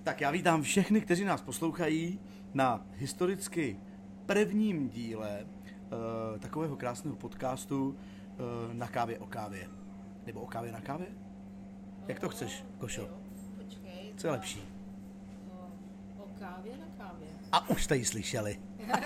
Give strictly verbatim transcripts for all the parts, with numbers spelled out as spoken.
Tak já vítám všechny, kteří nás poslouchají na historicky prvním díle uh, takového krásného podcastu uh, Na kávě o kávě. Nebo o kávě na kávě? Jak to chceš, Košo? Počkej. Co je lepší? O, o kávě na kávě. A už jste ji slyšeli.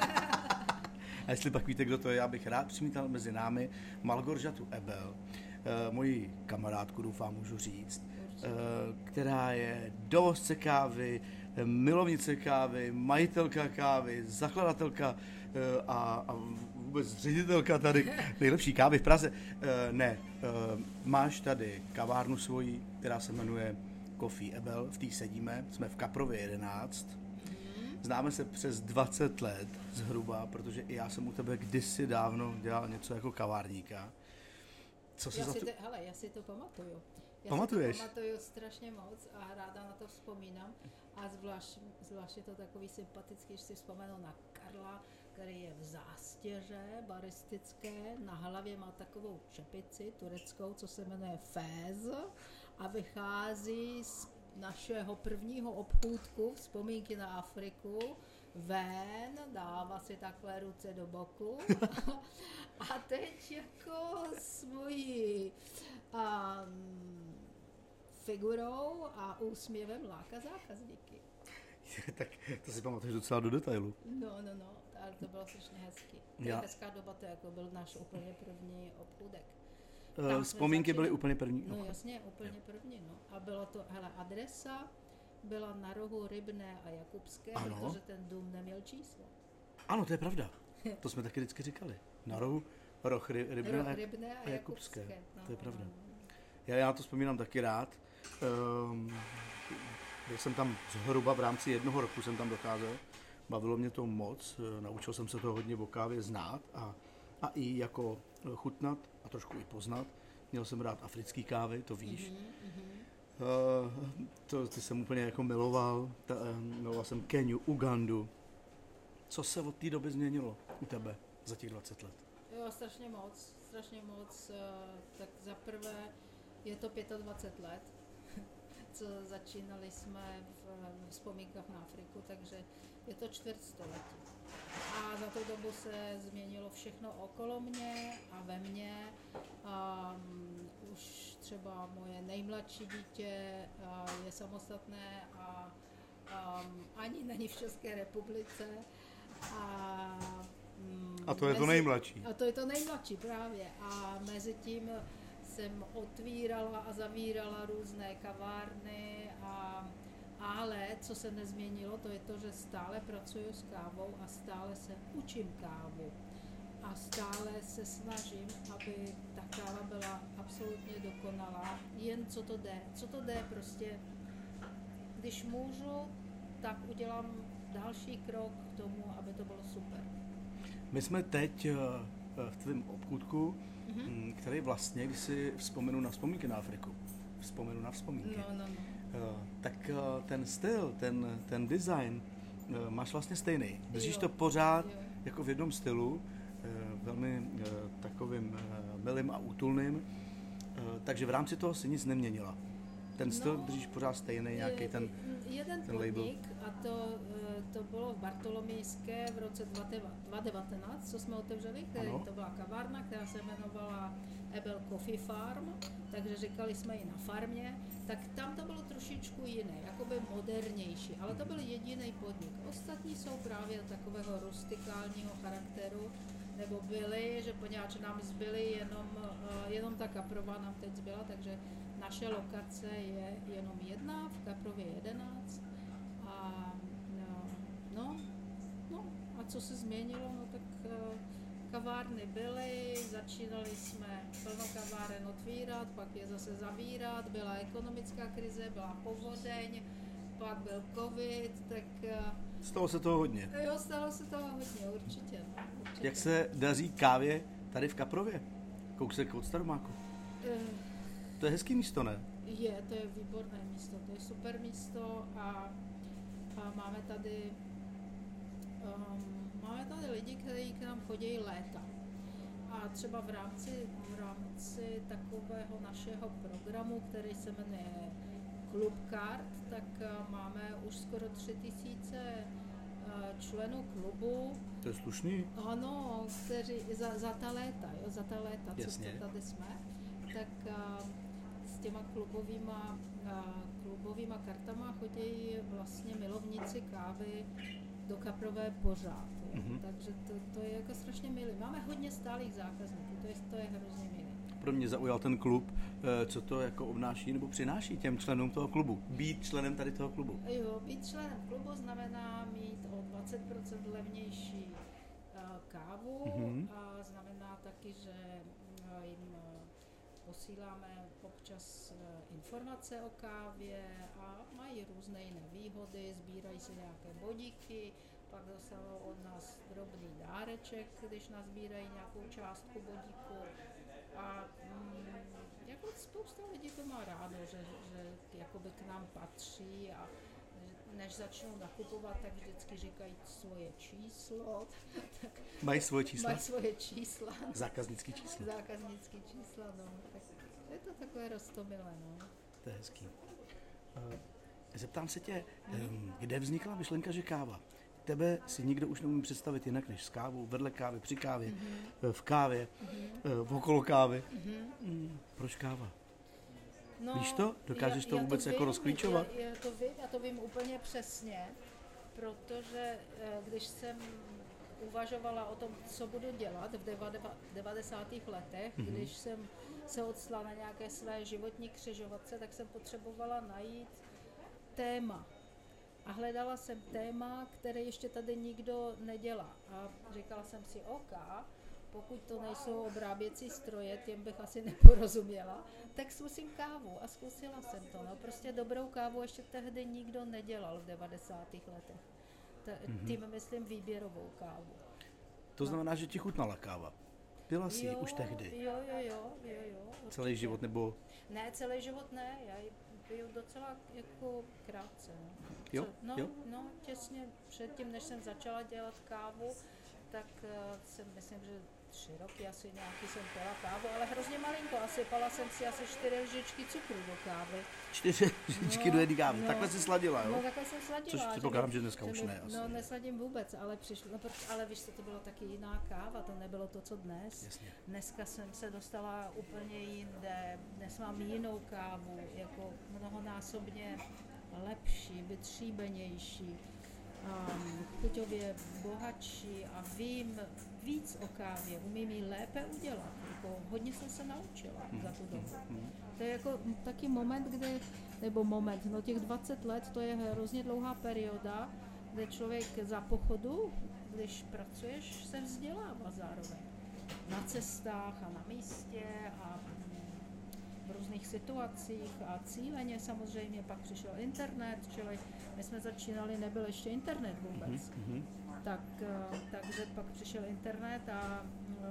A jestli pak víte, kdo to je, já bych rád přivítal mezi námi Malgoržatu Ebel, uh, moji kamarádku, doufám, můžu říct, uh, která je dovozce kávy, milovnice kávy, majitelka kávy, zakladatelka uh, a, a vůbec ředitelka tady nejlepší kávy v Praze. Uh, ne, uh, máš tady kavárnu svoji, která se jmenuje Coffee Ebel, v té sedíme, jsme v Kaprově jedenáct. Známe se přes dvacet let zhruba, protože i já jsem u tebe kdysi dávno dělal něco jako kavárníka. Co se já za si tu... to, hele, já si to pamatuju. Já Pamatuješ? si to pamatuju strašně moc a ráda na to vzpomínám. A zvlášť, zvlášť je to takový sympatický, že si vzpomenu na Karla, který je v zástěře baristické, na hlavě má takovou čepici tureckou, co se jmenuje Fez a vychází z našeho prvního obchůdku, vzpomínky na Afriku, ven, dává si takhle ruce do boku a teď jako s mojí um, figurou a úsměvem láká zákazníky. Tak to si pamatuješ docela do detailu. No, no, no, ale to bylo strašně hezký. To je hezká doba, to jako byl náš úplně první obchůdek. Uh, vzpomínky byly úplně první. No jasně, úplně první, no. A bylo to, hele, adresa byla na rohu Rybné a Jakubské, ano. Protože ten dům neměl číslo. Ano, to je pravda. To jsme taky vždycky říkali. Na rohu roh ry, Rybné, roh Rybné a Jakubské. Jakubské. No, to je pravda. No. Já, já to vzpomínám taky rád. Um, byl jsem tam zhruba v rámci jednoho roku jsem tam docházel. Bavilo mě to moc, naučil jsem se to hodně o kávě znát a, a i jako chutnat a trošku i poznat. Měl jsem rád africký kávy, to víš. Mm-hmm. Uh, to ty jsem úplně jako miloval. Ta, uh, miloval jsem Keniu, Ugandu. Co se od té doby změnilo u tebe za těch dvacet let? Jo, strašně moc, strašně moc. Tak za prvé je to dvacet pět let, co začínali jsme v vzpomínkách na Afriku, takže je to čtvrtstoletí. A za tu dobu se změnilo všechno okolo mě a ve mně. Um, už třeba moje nejmladší dítě uh, je samostatné a um, ani není v České republice. A, um, a to je mezi, to nejmladší. A to je to nejmladší právě. A mezi tím jsem otvírala a zavírala různé kavárny a ale co se nezměnilo, to je to, že stále pracuji s kávou a stále se učím kávu. A stále se snažím, aby ta káva byla absolutně dokonalá, jen co to jde. Co to jde prostě, když můžu, tak udělám další krok k tomu, aby to bylo super. My jsme teď v tvém obchůdku, mm-hmm. který vlastně, když si vzpomenu na vzpomínky na Afriku, vzpomenu na vzpomínky, no, no, no. tak ten styl, ten, ten design máš vlastně stejný. Držíš to pořád jo. jako v jednom stylu, velmi takovým milým a útulným, takže v rámci toho si nic neměnila. Ten styl no, držíš pořád stejný, nějaký ten jeden ten podnik, a to, to bylo v Bartolomejské v roce dva tisíce devatenáct, co jsme otevřeli, který, to byla kavárna, která se jmenovala Ebel Coffee Farm, takže říkali jsme i na farmě, tak tam to bylo trošičku jiné, jakoby modernější, ale to byl jediný podnik. Ostatní jsou právě takového rustikálního charakteru, nebo byly, že poněvadž nám zbyly jenom, jenom ta Kaprova nám teď zbyla, takže naše lokace je jenom jedna v Kaprově jedenáct. A no, no, no a co se změnilo, no tak kavárny byly, začínali jsme plno kaváren otvírat, pak je zase zavírat, byla ekonomická krize, byla povodeň, pak byl covid, tak... Stalo se toho hodně. Jo, stalo se toho hodně, určitě. No, určitě. Jak se daří kávě tady v Kaprově? Kousek od Staromáku. Uh, to je hezký místo, ne? Je, to je výborné místo, to je super místo a, a máme tady um, máme tady lidi, kteří k nám chodí léta. A třeba v rámci, v rámci takového našeho programu, který se jmenuje klub kart, tak máme už skoro tři tisíce členů klubu. To je slušný. Ano, kteří za, za ta léta, jo, za ta léta, co, co tady jsme, tak uh, s těma klubovýma, uh, klubovýma kartama chodí vlastně milovníci kávy do Kaprové pořád. Mm-hmm. Takže to, to je jako strašně milý. Máme hodně stálých zákazníků, to je, to je hrozně milý. Pro mě zaujal ten klub, co to jako obnáší nebo přináší těm členům toho klubu. Být členem tady toho klubu. Jo, být členem klubu znamená mít o dvacet procent levnější uh, kávu mm-hmm. a znamená taky, že uh, jim uh, posíláme občas uh, informace o kávě a mají různé jiné výhody, sbírají si nějaké bodíky, pak dostanou od nás drobný dáreček, když nazbírají nějakou částku bodíku. A mm, jako spousta lidí to má rádo, že, že jakoby k nám patří a než začnou nakupovat, tak vždycky říkají svoje číslo. Tak mají svoje čísla? Mají svoje čísla. Zákaznický čísla. Zákaznický čísla, no. Tak je to takové roztomilé, no. To je hezký. Uh, zeptám se tě, um, kde vznikla myšlenka, že káva? Tebe si nikdo už neumí představit jinak než s kávou, vedle kávy, při kávě, mm-hmm. v kávě, mm-hmm. okolo kávy. Mm-hmm. Mm, proč káva? No, víš to? Dokážeš já, to já vůbec to jako vím, rozklíčovat? Já, já to vím, já to vím úplně přesně, protože když jsem uvažovala o tom, co budu dělat v devadesátých letech, mm-hmm. když jsem se odstala na nějaké své životní křižovatce, tak jsem potřebovala najít téma. A hledala jsem téma, které ještě tady nikdo nedělá. A říkala jsem si, OK, pokud to nejsou obráběcí stroje, těm bych asi neporozuměla, tak zkusím kávu. A zkusila jsem to. No, prostě dobrou kávu ještě tehdy nikdo nedělal v devadesátých letech. T- tím myslím výběrovou kávu. To znamená, no. že ti chutnala káva? Pila jsi ji už tehdy? Jo, jo, jo. jo, jo celý život nebo? Ne, celý život ne. Já ji piju docela jako krátce. No. Jo? No, jo? no, těsně předtím, než jsem začala dělat kávu, tak uh, jsem, myslím, že tři roky asi nějaký jsem pila kávu, ale hrozně malinko. A sypala jsem si asi čtyři lžičky cukru do kávy. Čtyři lžičky no, do jedné kávy. No, takhle jsi sladila, jo? No, takhle jsem sladila. Což předpokládám, že dneska už ne. Asi. No, nesladím vůbec, ale přišlo. No, ale víš, to bylo taky jiná káva, to nebylo to, co dnes. Jasně. Dneska jsem se dostala úplně jinde. Dnes mám jinou kávu, jako mnohonásobně lepší, vytříbenější. Um, chuťově bohatší a vím víc o kávě, umím ji lépe udělat. Jako, hodně jsem se naučila mm. za tu dobu. Mm. To je jako taky moment, kde, nebo moment, no těch dvacet let, to je hrozně dlouhá perioda, kde člověk za pochodu, když pracuješ, se vzdělává zároveň. Na cestách a na místě a v různých situacích a cíleně samozřejmě, pak přišel internet, čili my jsme začínali, nebyl ještě internet vůbec. Mm-hmm. Tak, takže pak přišel internet a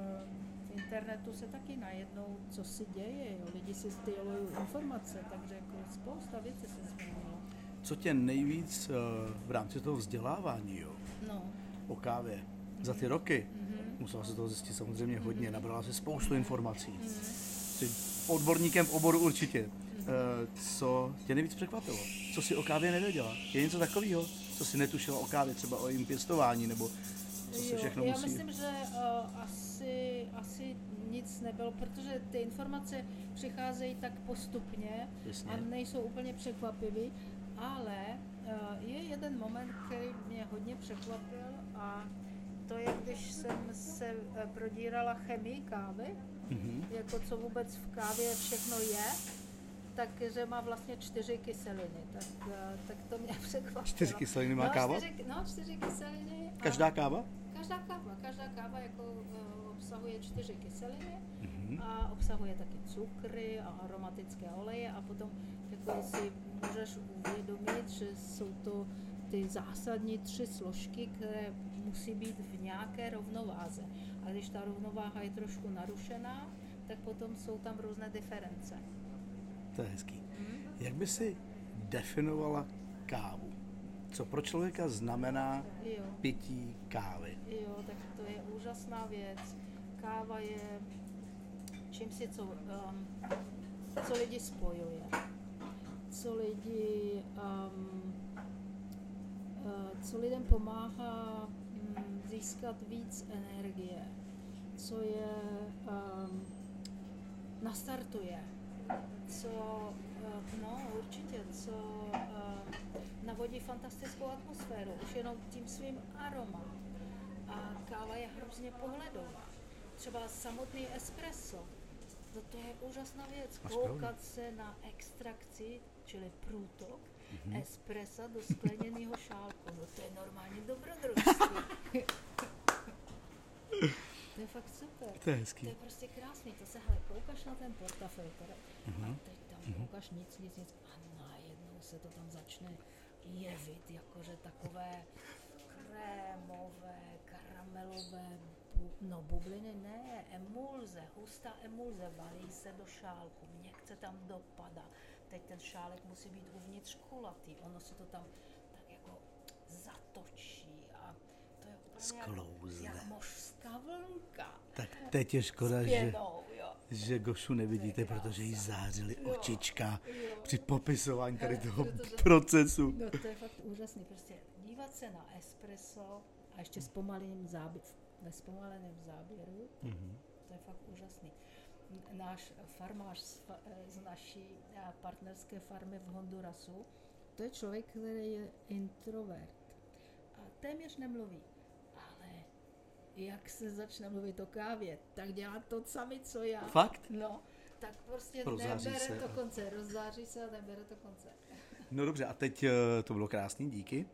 v internetu se taky najednou, co si děje, jo? Lidi si sdělují informace, takže jako spousta věcí se změnilo. Co tě nejvíc v rámci toho vzdělávání, jo? No. O kávě, mm-hmm. za ty roky, mm-hmm. musela se toho zjistit samozřejmě mm-hmm. hodně, nabrala se spoustu informací. Mm-hmm. Jsi odborníkem v oboru určitě. Mm-hmm. Co tě nejvíc překvapilo? Co jsi o kávě nevěděla? Je něco takového, co jsi netušila o kávě, třeba o jejím pěstování, nebo co se všechno já musí? Já myslím, že uh, asi, asi nic nebylo, protože ty informace přicházejí tak postupně. Jasně. A nejsou úplně překvapivý, ale uh, je jeden moment, který mě hodně překvapil a to je, když jsem se uh, prodírala chemii kávy, mm-hmm. jako co vůbec v kávě všechno je, takže má vlastně čtyři kyseliny, tak, tak to mě překvapilo. Čtyři kyseliny má no, káva? Čtyři, no, čtyři kyseliny. Každá káva? Každá káva, každá káva jako uh, obsahuje čtyři kyseliny mm-hmm. a obsahuje taky cukry a aromatické oleje a potom jako si můžeš uvědomit, že jsou to ty zásadní tři složky, které musí být v nějaké rovnováze. A když ta rovnováha je trošku narušená, tak potom jsou tam různé diference. To je hezký. Hmm? Jak by si definovala kávu? Co pro člověka znamená jo. pití kávy? Jo, tak to je úžasná věc. Káva je čím si, co, um, co lidi spojuje. co lidi, um, uh, co lidem pomáhá um, získat víc energie, co je um, nastartuje, co, uh, no určitě, co uh, navodí fantastickou atmosféru, už jenom tím svým aroma. A káva je hrozně pohledová. Třeba samotný espresso, no to je úžasná věc. Koukat se na extrakci, čili průtok, mm-hmm. espressa do skleněného šálku. No to je normálně dobrodružství. To je fakt super. To je hezký. To je prostě krásný. To se, hele, koukáš na ten portafel, teda, mm-hmm. a teď tam mm-hmm. koukáš nic, nic, nic a najednou se to tam začne jevit, jakože takové krémové, karamelové, bu, no bubliny ne, emulze, hustá emulze, valí se do šálku, měkce tam dopadá. Teď ten šálek musí být uvnitř kulatý, ono se to tam tak jako zatočí a to je úplně jak, jak mořská vlnka. Tak teď je škoda, pěnou, že, že Gošu nevidíte, protože jí zářily očička jo. při popisování tady toho procesu. No to je fakt úžasný, prostě dívat se na espresso a ještě s pomaleným záběru, ve zpomaleném záběru, mm-hmm. to je fakt úžasný. Náš farmář z, z naší partnerské farmy v Hondurasu, to je člověk, který je introvert a téměř nemluví, ale jak se začne mluvit o kávě, tak dělá to sami, co já. Fakt? No, tak prostě rozzáří nebere se. to konce, rozzáří se a nebere to konce. No dobře, a teď to bylo krásný, díky.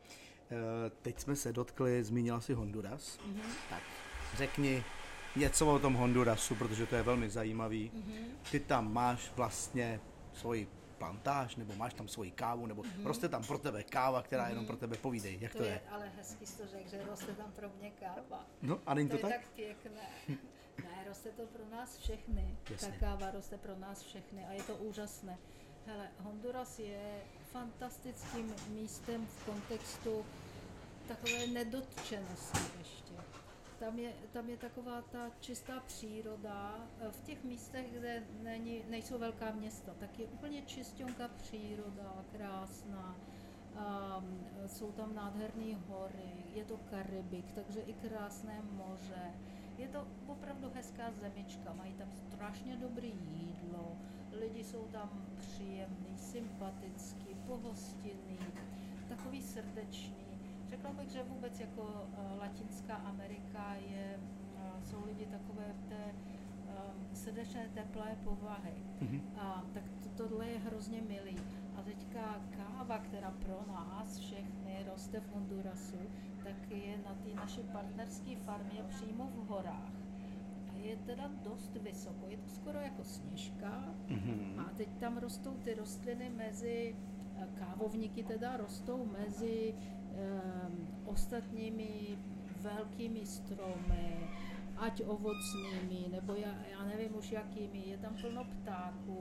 Teď jsme se dotkli, zmínila si Honduras, mm-hmm. tak řekni něco o tom Hondurasu, protože to je velmi zajímavý. Mm-hmm. Ty tam máš vlastně svoji plantáž, nebo máš tam svoji kávu, nebo mm-hmm. roste tam pro tebe káva, která mm-hmm. jenom pro tebe povídej, jak to, to je. je. Ale hezky jsi to řekl, že roste tam pro mě káva. No a není to, to tak? To je tak pěkné. Ne, roste to pro nás všechny. Jasně. Ta káva roste pro nás všechny a je to úžasné. Hele, Honduras je fantastickým místem v kontextu takové nedotčenosti ještě. Tam je, tam je taková ta čistá příroda. V těch místech, kde není, nejsou velká města, tak je úplně čistěnká příroda, krásná. Um, jsou tam nádherné hory, je to Karibik, takže i krásné moře. Je to opravdu hezká zemička, mají tam strašně dobré jídlo, lidi jsou tam příjemní, sympatický, pohostinný, takový srdečný. Řekla bych, že vůbec jako uh, Latinská Amerika je, uh, jsou lidi takové té um, srdečné, teplé povahy. Mm-hmm. A tak to, tohle je hrozně milý. A teďka káva, která pro nás všechny roste v Hondurasu, tak je na té naší partnerské farmě přímo v horách. A je teda dost vysoko, je to skoro jako Sněžka. Mm-hmm. A teď tam rostou ty rostliny mezi, kávovníky teda rostou mezi um, ostatními velkými stromy, ať ovocnými, nebo já, já nevím už jakými, je tam plno ptáků,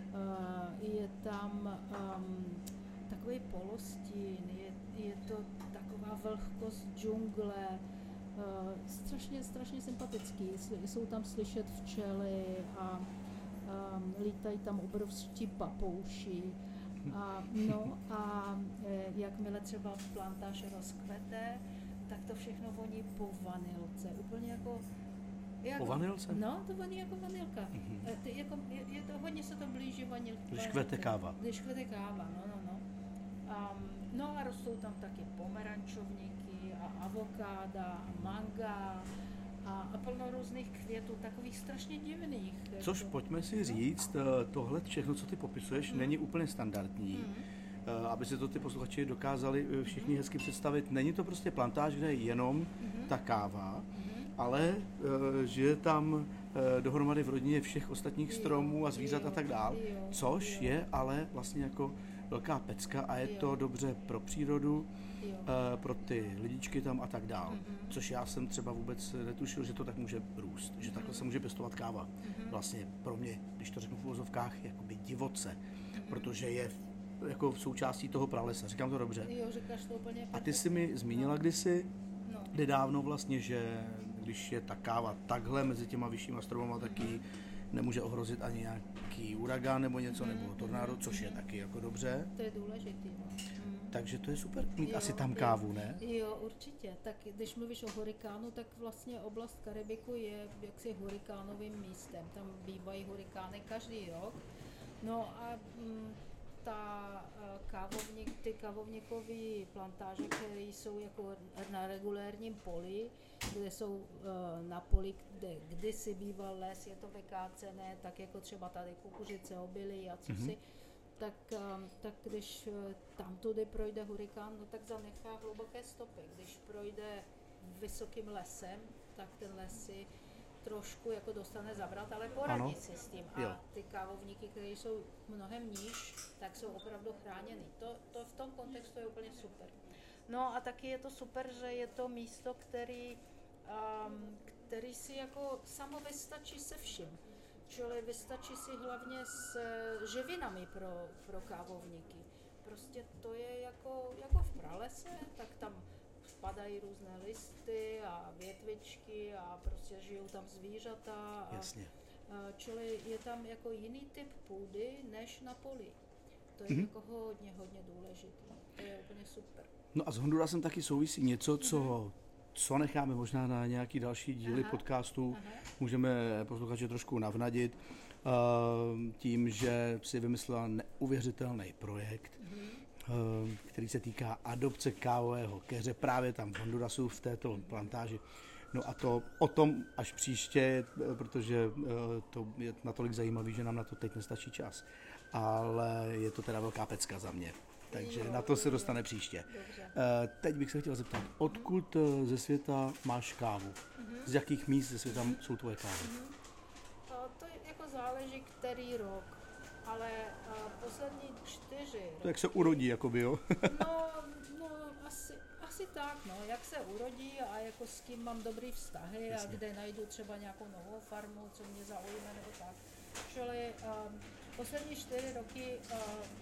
uh, je tam um, takový polostín, je, je to taková vlhkost džungle, uh, strašně, strašně sympatický, jsou tam slyšet včely a um, lítají tam obrovští papouši. A, no a e, jakmile třeba plantáž rozkvete, tak to všechno voní po vanilce, úplně jako... jako po vanilce? No, to voní jako vanilka. Mm-hmm. E, ty, jako, je, je to, hodně se to blíží vanilce. Když kvete káva. Když kvete káva, no, no, no. Um, no a rostou tam taky pomerančovníky a avokáda a manga a, a plno různých květů, takových strašně divných. Což jako, pojďme si říct, tohle všechno, co ty popisuješ, mm. není úplně standardní. Mm. Aby si to ty posluchači dokázali všichni mm. hezky představit. Není to prostě plantáž, kde je jenom mm. ta káva, mm. ale žije tam dohromady v rodině všech ostatních stromů a zvířat jo, a tak dál. Jo, což jo. je ale vlastně jako velká pecka a je jo. to dobře pro přírodu, jo. pro ty lidičky tam a tak dál. Mm-hmm. Což já jsem třeba vůbec netušil, že to tak může růst, že takhle se může pěstovat káva. Mm-hmm. Vlastně pro mě, když to řeknu v uvozovkách, jakoby divoce, mm-hmm. protože je jako v součástí toho pralesa. Říkám to dobře? Jo, říkáš to úplně a ty jsi mi zmínila no. kdysi, no. nedávno vlastně, že když je ta káva takhle mezi těma vyššíma stromama, mm-hmm. taky nemůže ohrozit ani nějaký uragán nebo něco, mm-hmm. nebo tornádo, což je taky jako dobře. To je důležitý. Mm. Takže to je super mít jo, asi tam kávu, ne? Jo, určitě. Tak když mluvíš o hurikánu, tak vlastně oblast Karibiku je jaksi hurikánovým místem. Tam bývají hurikány každý rok. No a mm, ta kávovník, ty kávovníkové plantáže, které jsou jako na regulérním poli, kde jsou uh, na poli, kde kdysi býval les, je to vykácené, tak jako třeba tady kukuřice, obilí a co mm-hmm. si, tak, um, tak když uh, tam tudy projde hurikán, no tak zanechá hluboké stopy. Když projde vysokým lesem, tak ten les si trošku jako dostane zabrat, ale poradí si s tím. A jo. Ty kávovníky, které jsou mnohem níž, tak jsou opravdu chráněny. To, to v tom kontextu je úplně super. No a taky je to super, že je to místo, který, um, který si jako samo vystačí se vším. Čili vystačí si hlavně s živinami pro, pro kávovníky. Prostě to je jako, jako v pralese, tak tam padají různé listy a větvičky a prostě žijou tam zvířata. A, Jasně. A, čili je tam jako jiný typ půdy než na poli. To je mm-hmm. jako hodně, hodně důležité. To je úplně super. No a s Hondurasem taky souvisí něco, co, mm-hmm. co necháme možná na nějaký další díly aha, podcastu. Aha. Můžeme posluchače trošku navnadit uh, tím, že si vymyslela neuvěřitelný projekt, mm-hmm. který se týká adopce kávového keře právě tam v Hondurasu v této plantáži. No a to o tom až příště, protože to je natolik zajímavý, že nám na to teď nestačí čas. Ale je to teda velká pecka za mě. Takže jo, na to se dostane příště. Dobře. Teď bych se chtěl zeptat, odkud ze světa máš kávu? Mm-hmm. Z jakých míst ze světa jsou tvoje kávy? Mm-hmm. To je, jako záleží, který rok. Ale uh, poslední čtyři... To jak se urodí, jakoby, jo? no, no asi, asi tak, no, jak se urodí a jako s tím mám dobrý vztahy. Jasně. A kde najdu třeba nějakou novou farmu, co mě zaujme nebo tak. Čili um, poslední čtyři roky uh,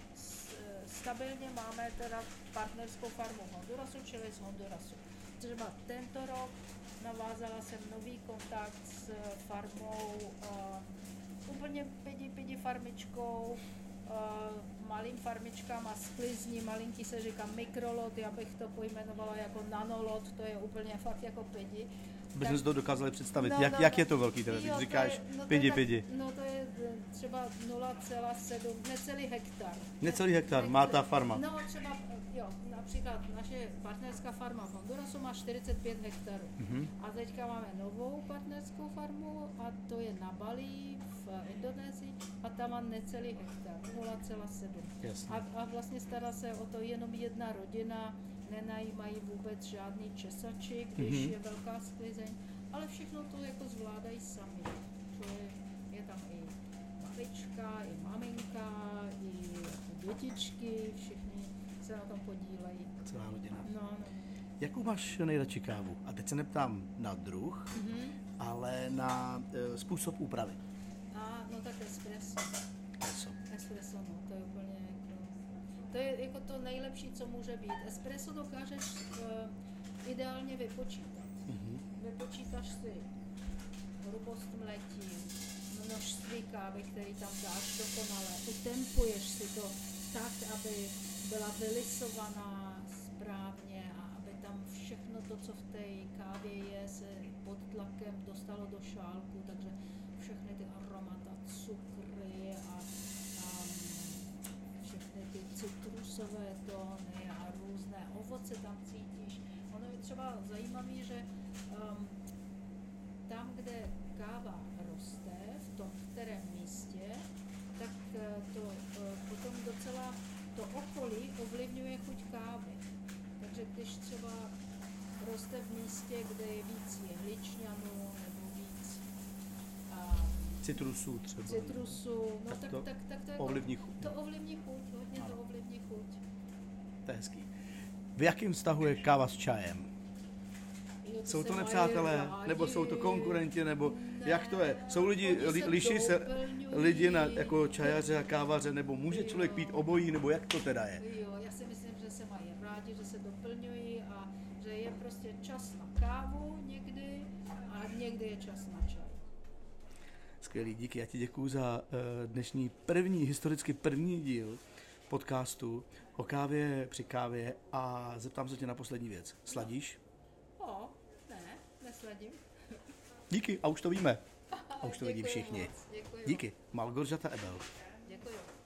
s, stabilně máme teda partnerskou farmu v Hondurasu, čili z Hondurasu. Třeba tento rok navázala jsem nový kontakt s farmou uh, úplně pidi, pidi farmičkou, uh, malým farmičkám a sklizní, malinký se říká mikrolot, já bych to pojmenovala jako nanolot, to je úplně fakt jako pidi. Bychom si to dokázali představit, no, jak, no, jak je to velký teda, když říkáš je, no pidi, tak, pidi. No to je třeba nula celá sedm, necelý hektar. Necelý hektar, hektar má ta farma. No třeba, jo, například naše partnerská farma v Hondurasu má čtyřicet pět hektarů. Mm-hmm. A teďka máme novou partnerskou farmu a to je na Bali v Indonésii a tam má necelý hektar, nula celá sedm. A, a vlastně stará se o to jenom jedna rodina, nenajímají vůbec žádný česači, když mm-hmm. je velká sklizeň, ale všechno to jako zvládají sami. Čili je tam i babička, i maminka, i dětičky, všichni se na tom podílejí. Celá rodina. No, no. Jakou máš nejradši kávu? A teď se neptám na druh, mm-hmm. ale na e, způsob úpravy. A, no tak espresso. Espresso. Espresso, no, to je úplně jako, to je jako to nejlepší, co může být. Espresso dokážeš uh, ideálně vypočítat. Mm-hmm. Vypočítáš si hrubost mletí, množství kávy, který tam dáš dokonale, utempuješ si to tak, aby byla vylisovaná správně a aby tam všechno to, co v té kávě je, se pod tlakem dostalo do šálku, takže všechny ty aromata, cukry a, a všechny ty citrusové tóny a různé ovoce tam cítíš. Ono je třeba zajímavé, že um, tam, kde káva roste, v tom kterém místě, tak to uh, potom docela to okolí ovlivňuje chuť kávy. Takže když třeba roste v místě, kde je víc jehličňanů nebo víc um, citrusů třeba. Citrusů, no tak, to tak, tak to, ovlivní chuť. To ovlivní chuť, hodně ano. To ovlivní chuť. To je hezký. V jakém vztahu je káva s čajem? Jo, to jsou to nepřátelé, rádi, nebo jsou to konkurenti, nebo ne, jak to je? Jsou lidi, li, liší se lidi na, jako čajaře a kávaře, nebo může jo. člověk pít obojí, nebo jak to teda je? Jo, já si myslím, že se mají rádi, že se doplňují a že je prostě čas na kávu někdy a někdy je čas na čaj. Skvělý, díky. Já ti děkuju za uh, dnešní první, historicky první díl podcastu o kávě při kávě a zeptám se tě na poslední věc. Sladíš? O, ne, nesladím. Díky, a už to víme. A už to vidí všichni. Moc, děkuju. Díky. Malgorzata Ebel. Děkuju.